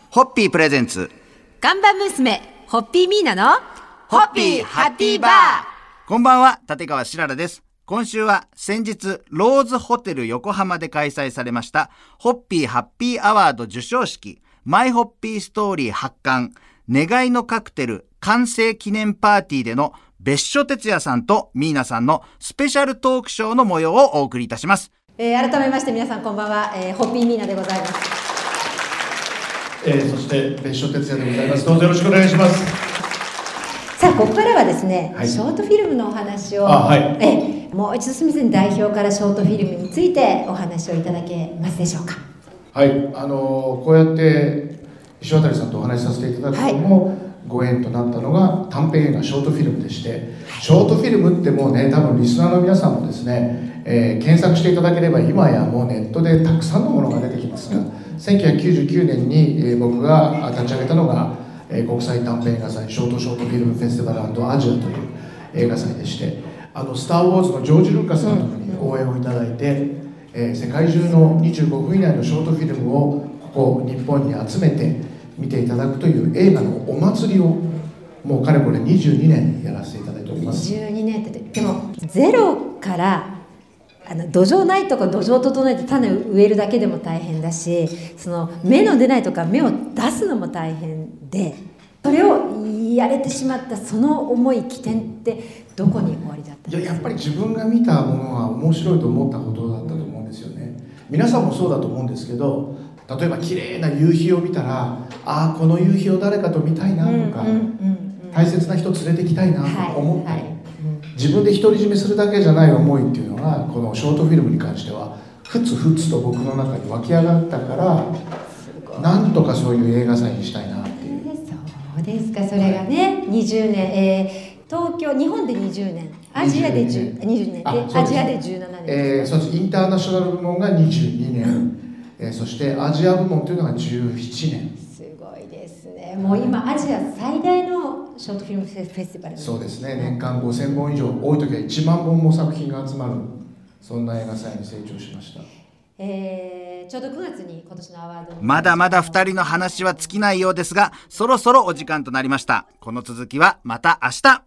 ホッピープレゼンツ看板娘ホッピーミーナのホッピーハッピーバー。こんばんは、立川しららです。今週は先日ローズホテル横浜で開催されましたホッピーハッピーアワード授賞式、マイホッピーストーリー発刊、願いのカクテル完成記念パーティーでの別所哲也さんとミーナさんのスペシャルトークショーの模様をお送りいたします。 改めまして皆さんこんばんは、ホッピーミーナでございます。 そして別所哲也でございます。どうぞよろしくお願いします。 さあここからはですね、 はい、 ショートフィルムのお話を、 はい、 もう一度すみません、代表からショートフィルムについてお話をいただけますでしょうか。 はい、こうやって石渡さんとお話しさせていただくのも、ご縁となったのが短編映画ショートフィルムでして、ショートフィルムってもうね、多分リスナーの皆さんもですね、検索していただければ今やもうネットでたくさんのものが出てきますが、1999年に、僕が立ち上げたのが、国際短編映画祭ショートフィルムフェスティバル&アジアという映画祭でして、スター・ウォーズのジョージ・ルーカス監督に応援をいただいて、世界中の25分以内のショートフィルムをここ日本に集めて見ていただくという映画のお祭りをもうかれこれ22年やらせていただいております。 22年ってでもゼロから土壌ないとこ土壌整えて種を植えるだけでも大変だし、その芽の出ないとか芽を出すのも大変で、それをやれてしまったその思い起点ってどこに終わりだったんですか？ やっぱり自分が見たものが面白いと思ったことだったと思うんですよね。皆さんもそうだと思うんですけど、例えば綺麗な夕日を見たら、ああこの夕日を誰かと見たいなとか、大切な人連れてきたいなと思ったり、自分で独り占めするだけじゃない思いっていうのがこのショートフィルムに関してはふつふつと僕の中に湧き上がったから、なんとかそういう映画祭にしたいなっていう。 そうですか。それがね20年、東京日本で20年、アジアで20年で、アジアで17年、 そうです。インターナショナル部門が22年、そしてアジア部門というのが17年。 すごいですね。もう今アジア最大のショートフィルムフェスティバル。 そうですね。年間5000本以上、多い時は1万本も作品が集まる、そんな映画祭に成長しました。 ちょうど9月に今年のアワード、 まだまだ2人の話は尽きないようですが、そろそろお時間となりました。この続きはまた明日。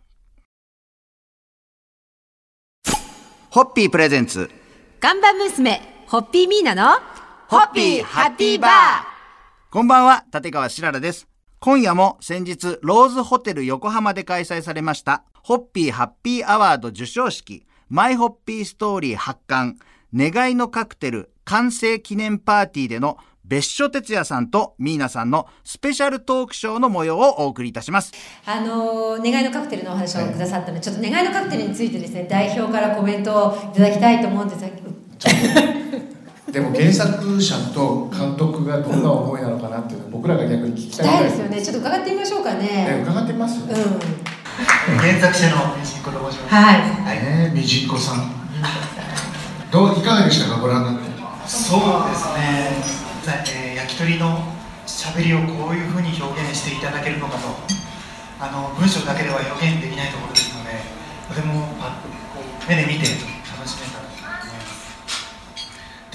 ホッピープレゼンツ看板娘ホッピーミーナのホッピーハッピーバー。こんばんは、立川しららです。今夜も先日ローズホテル横浜で開催されましたホッピーハッピーアワード授賞式、マイホッピーストーリー発刊、願いのカクテル完成記念パーティーでの別所哲也さんとミーナさんのスペシャルトークショーの模様をお送りいたします。 願いのカクテルのお話をくださったので、ちょっと願いのカクテルについてですね、代表からコメントをいただきたいと思うんですがでも原作者と監督がどんな思いなのかなっていうのを僕らが逆に聞きたいですよね。ちょっと伺ってみましょうかね。 伺ってみます。 原作者のみじんこと申します。 はい。 みじんこさん。いかがでしたか、ご覧になって。 そうですね。焼き鳥の喋りをこういうふうに表現していただけるのかと、文章だけでは表現できないところですので、とても目で見て楽しめたと思います。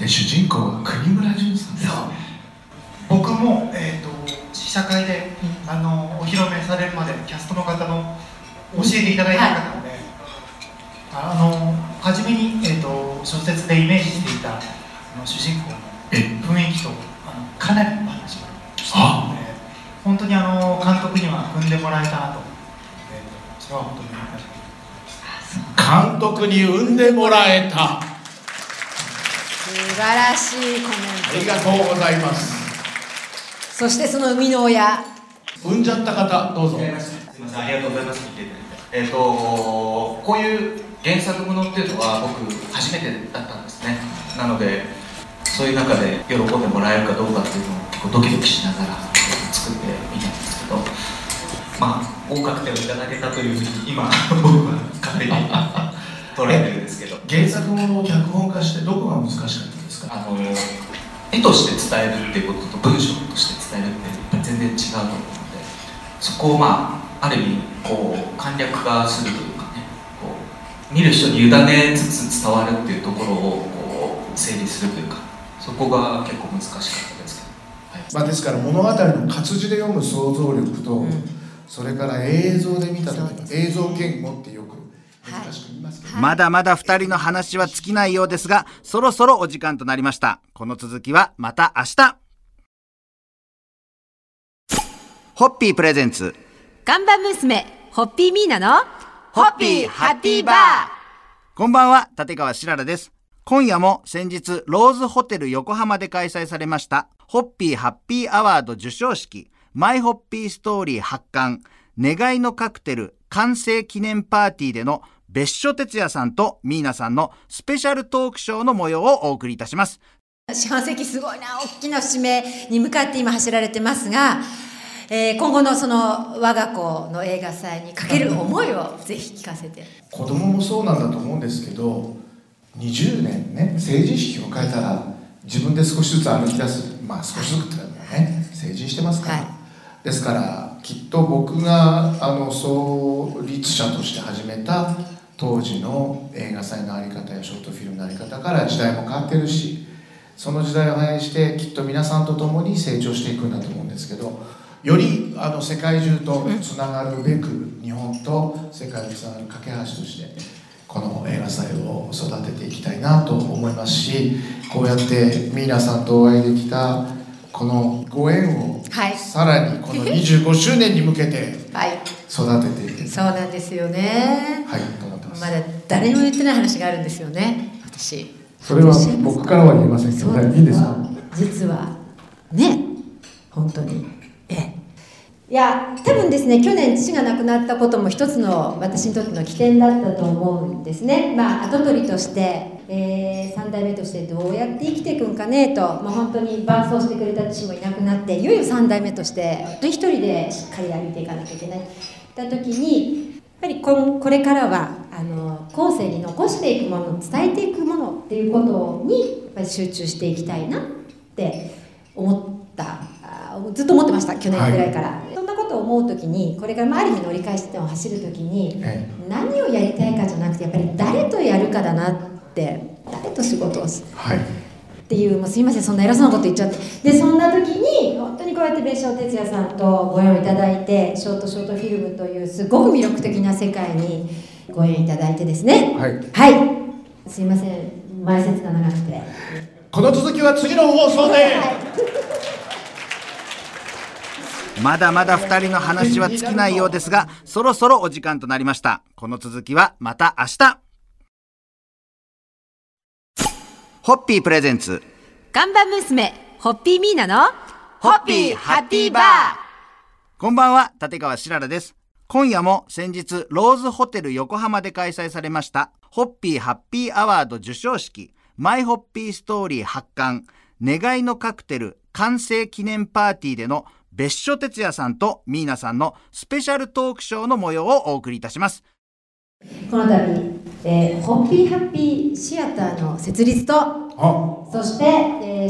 で、主人公は国村淳さんです。 僕も、試写会でお披露目されるまでキャストの方の教えていただいた方なので、初めに、小説でイメージしていた主人公の雰囲気とかなりマッチしているので、本当に監督には組んでもらえたなと、それは本当に監督に産んでもらえた。 素晴らしいコメント。 ありがとうございます。 そしてその生みの親、 産んじゃった方、どうぞ。 すみません、ありがとうございます。こういう原作ものっていうのは僕初めてだったんですね。なのでそういう中で喜んでもらえるかどうかっていうのを結構ドキドキしながら作ってみたんですけど、合格点をいただけたというふうに今僕は勝手に捉えてるんですけど、 原作ものを脚本化してどこが難しかったですか？ 絵として伝えるっていうことと文章として伝えるって全然違うと思うので、そこをある意味簡略化するというかね、見る人に委ねつつ伝わるっていうところを整理するというか、そこが結構難しかったですけど、はい、 ですから物語の活字で読む想像力と、それから映像で見た時の映像言語ってよく難しく言いますけど、 まだまだ2人の話は尽きないようですが、そろそろお時間となりました。この続きはまた明日。ホッピープレゼンツ看板娘ホッピーミーナのホッピーハッピーバー。こんばんは、立川しららです。今夜も先日ローズホテル横浜で開催されましたホッピーハッピーアワード授賞式、マイホッピーストーリー発刊、願いのカクテル完成記念パーティーでの別所哲也さんとミーナさんのスペシャルトークショーの模様をお送りいたします。 四半世紀すごいな、大きな節目に向かって今走られてますが、今後のその我が子の映画祭にかける思いをぜひ聞かせて。 子供もそうなんだと思うんですけど、20年ね、成人式を迎えたら自分で少しずつ歩き出す、少しずつっていうのはね、成人してますから、ですからきっと僕が創立者として始めた当時の映画祭の在り方やショートフィルムの在り方から時代も変わってるし、その時代を反映してきっと皆さんと共に成長していくんだと思うんですけど、より世界中とつながるべく、日本と世界につながる架け橋としてこの映画祭を育てていきたいなと思いますし、こうやってミーナさんとお会いできたこのご縁を、さらにこの25周年に向けて育てていく、 そうなんですよね。 と思ってます。 まだ誰にも言ってない話があるんですよね、私。 それは僕からは言えませんけどね。いいんですか？ 実はね、本当にいや、多分ですね、去年父が亡くなったことも一つの私にとっての起点だったと思うんですね。跡取りとして、3代目としてどうやって生きていくんかねと、本当に伴走してくれた父もいなくなって、いよいよ3代目として本当に一人でしっかり歩いていかなきゃいけないといった時に、やっぱりこれからは後世に残していくもの、伝えていくものっていうことにやっぱり集中していきたいなって思った。ずっと思ってました、去年ぐらいから、そんなことを思うときに、これからある意味乗り換え視点を走るときに、何をやりたいかじゃなくて、やっぱり誰とやるかだなって、誰と仕事をする、っていう、もうすいません、そんな偉そうなこと言っちゃって、でそんな時に本当にこうやって別所哲也さんとご縁をいただいて、ショートフィルムというすごく魅力的な世界にご縁いただいてですね、すいません、前説が長くて、 この続きは次の放送で。 まだまだ2人の話は尽きないようですが、そろそろお時間となりました。この続きはまた明日。ホッピープレゼンツ看板娘ホッピーミーナのホッピーハッピーバー。こんばんは、立川しららです。今夜も先日ローズホテル横浜で開催されましたホッピーハッピーアワード授賞式、マイホッピーストーリー発刊、願いのカクテル完成記念パーティーでの別所哲也さんとミーナさんのスペシャルトークショーの模様をお送りいたします。 この度、ホッピーハッピーシアターの設立と、そして、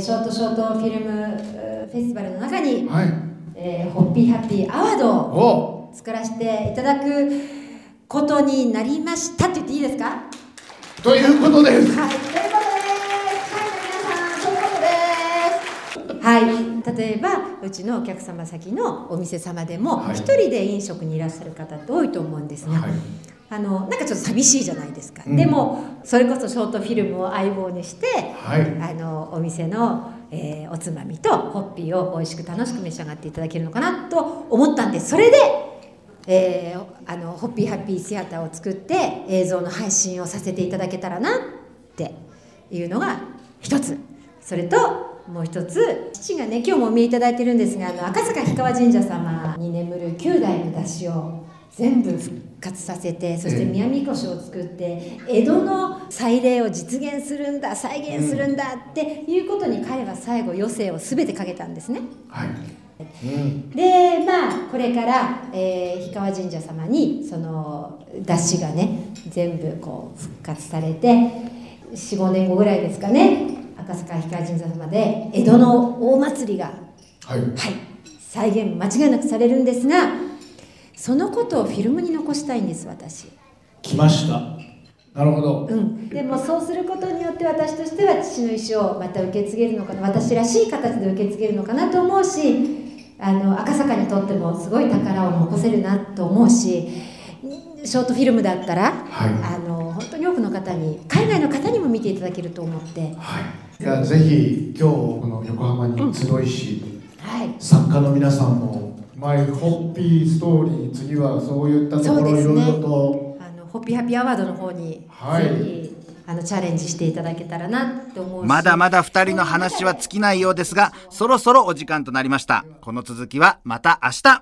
ショートフィルムフェスティバルの中に、ホッピーハッピーアワードを作らせていただくことになりましたって言っていいですか？ ということです。ということです。 皆さん、そういうことです。例えばうちのお客様先のお店様でも一人で飲食にいらっしゃる方って多いと思うんですが、なんかちょっと寂しいじゃないですか、でもそれこそショートフィルムを相棒にして、お店の、おつまみとホッピーを美味しく楽しく召し上がっていただけるのかなと思ったんです。それで、ホッピーハッピーシアターを作って映像の配信をさせていただけたらなっていうのが一つ。それともう一つ、父がね、今日もお見えいただいてるんですが、赤坂氷川神社様に眠る9代の出汁を全部復活させて、そして宮神輿を作って江戸の祭礼を実現するんだ、再現するんだっていうことに彼は最後余生を全てかけたんですね。でこれから、氷川神社様にその出汁がね全部こう復活されて 4,5 年後ぐらいですかね、赤坂氷川神社様で江戸の大祭りが、再現間違いなくされるんですが、そのことをフィルムに残したいんです。私来ました。 なるほど。 でもそうすることによって私としては父の意思をまた受け継げるのかな、私らしい形で受け継げるのかなと思うし、赤坂にとってもすごい宝を残せるなと思うし、ショートフィルムだったら、本当に多くの方に、海外の方にも見ていただけると思って、 いやぜひ今日この横浜に集いし、作家の皆さんもマイホッピーストーリー、次はそういったところいろいろとホッピーハッピーアワードの方に、ぜひチャレンジしていただけたらなと思うし、 まだまだ2人の話は尽きないようですが、そろそろお時間となりました。この続きはまた明日。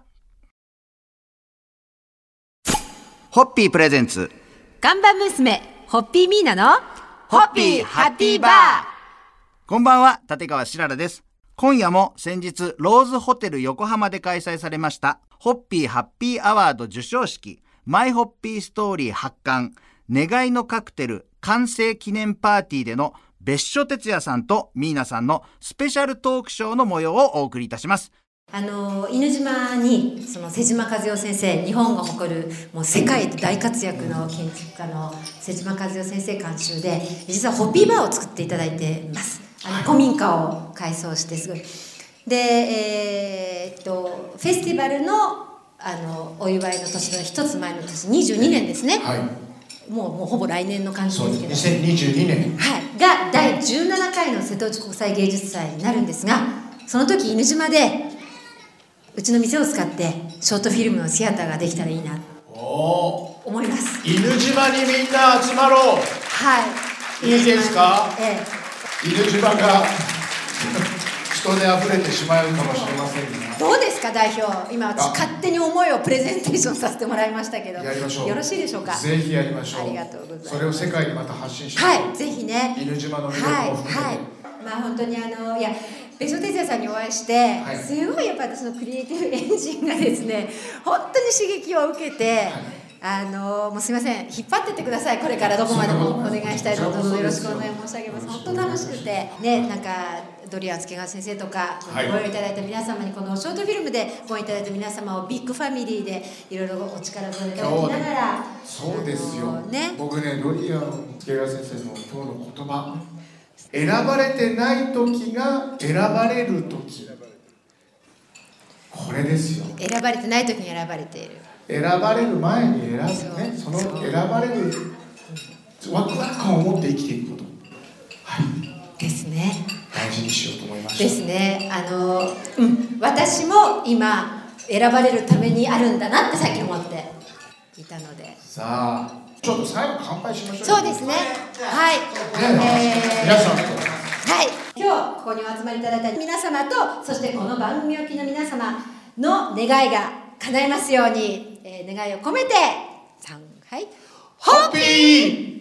ホッピープレゼンツ、 看板娘ホッピーミーナのホッピーハッピーバー。こんばんは、立川しららです。今夜も先日ローズホテル横浜で開催されましたホッピーハッピーアワード授賞式、マイホッピーストーリー発刊、願いのカクテル完成記念パーティーでの別所哲也さんとミーナさんのスペシャルトークショーの模様をお送りいたします。 犬島にその瀬島和代先生、日本が誇るもう世界で大活躍の建築家の瀬島和代先生監修で、実はホッピーバーを作っていただいています。古民家を改装してすごいで、フェスティバルのお祝いの年の一つ前の年、22年ですね、もうほぼ来年の感じですけど、 2022年、 が第17回の瀬戸内国際芸術祭になるんですが、その時犬島でうちの店を使ってショートフィルムのシアターができたらいいなと思います。 犬島にみんな集まろう。いいですか。犬島が人で溢れてしまうかもしれませんが、 どうですか代表、今私勝手に思いをプレゼンテーションさせてもらいましたけど、 やりましょう。 よろしいでしょうか。 ぜひやりましょう。 ありがとうございます。 それを世界にまた発信して、 ぜひね、 犬島の魅力も含めて、 本当にいや別所哲也さんにお会いして、すごいやっぱ私のクリエイティブエンジンがですね、本当に刺激を受けて、もうすいません、引っ張ってってください。これからどこまでもお願いしたいと、どうぞよろしくお願い申し上げます。本当楽しくてね、なんかドリアン助川先生とかご用意いただいた皆様に、このショートフィルムでご用意いただいた皆様をビッグファミリーでいろいろお力添えいただきながら、 そうですよ、僕ね、ドリアン助川先生の今日の言葉、選ばれてない時が選ばれる時、これですよ。 選ばれてない時に選ばれている、 選ばれる前に選ぶね、その選ばれるワクワク感を持って生きていくこと、 ですね。 大事にしようと思いました。 ですね。私も今選ばれるためにあるんだなってさっき思っていたので。 さあ、ちょっと最後乾杯しましょう。 そうですね。 皆さんと。 今日ここにお集まりいただいた皆様と、そしてこの番組を聞きの皆様の願いが叶いますように、願いを込めて、ホッピー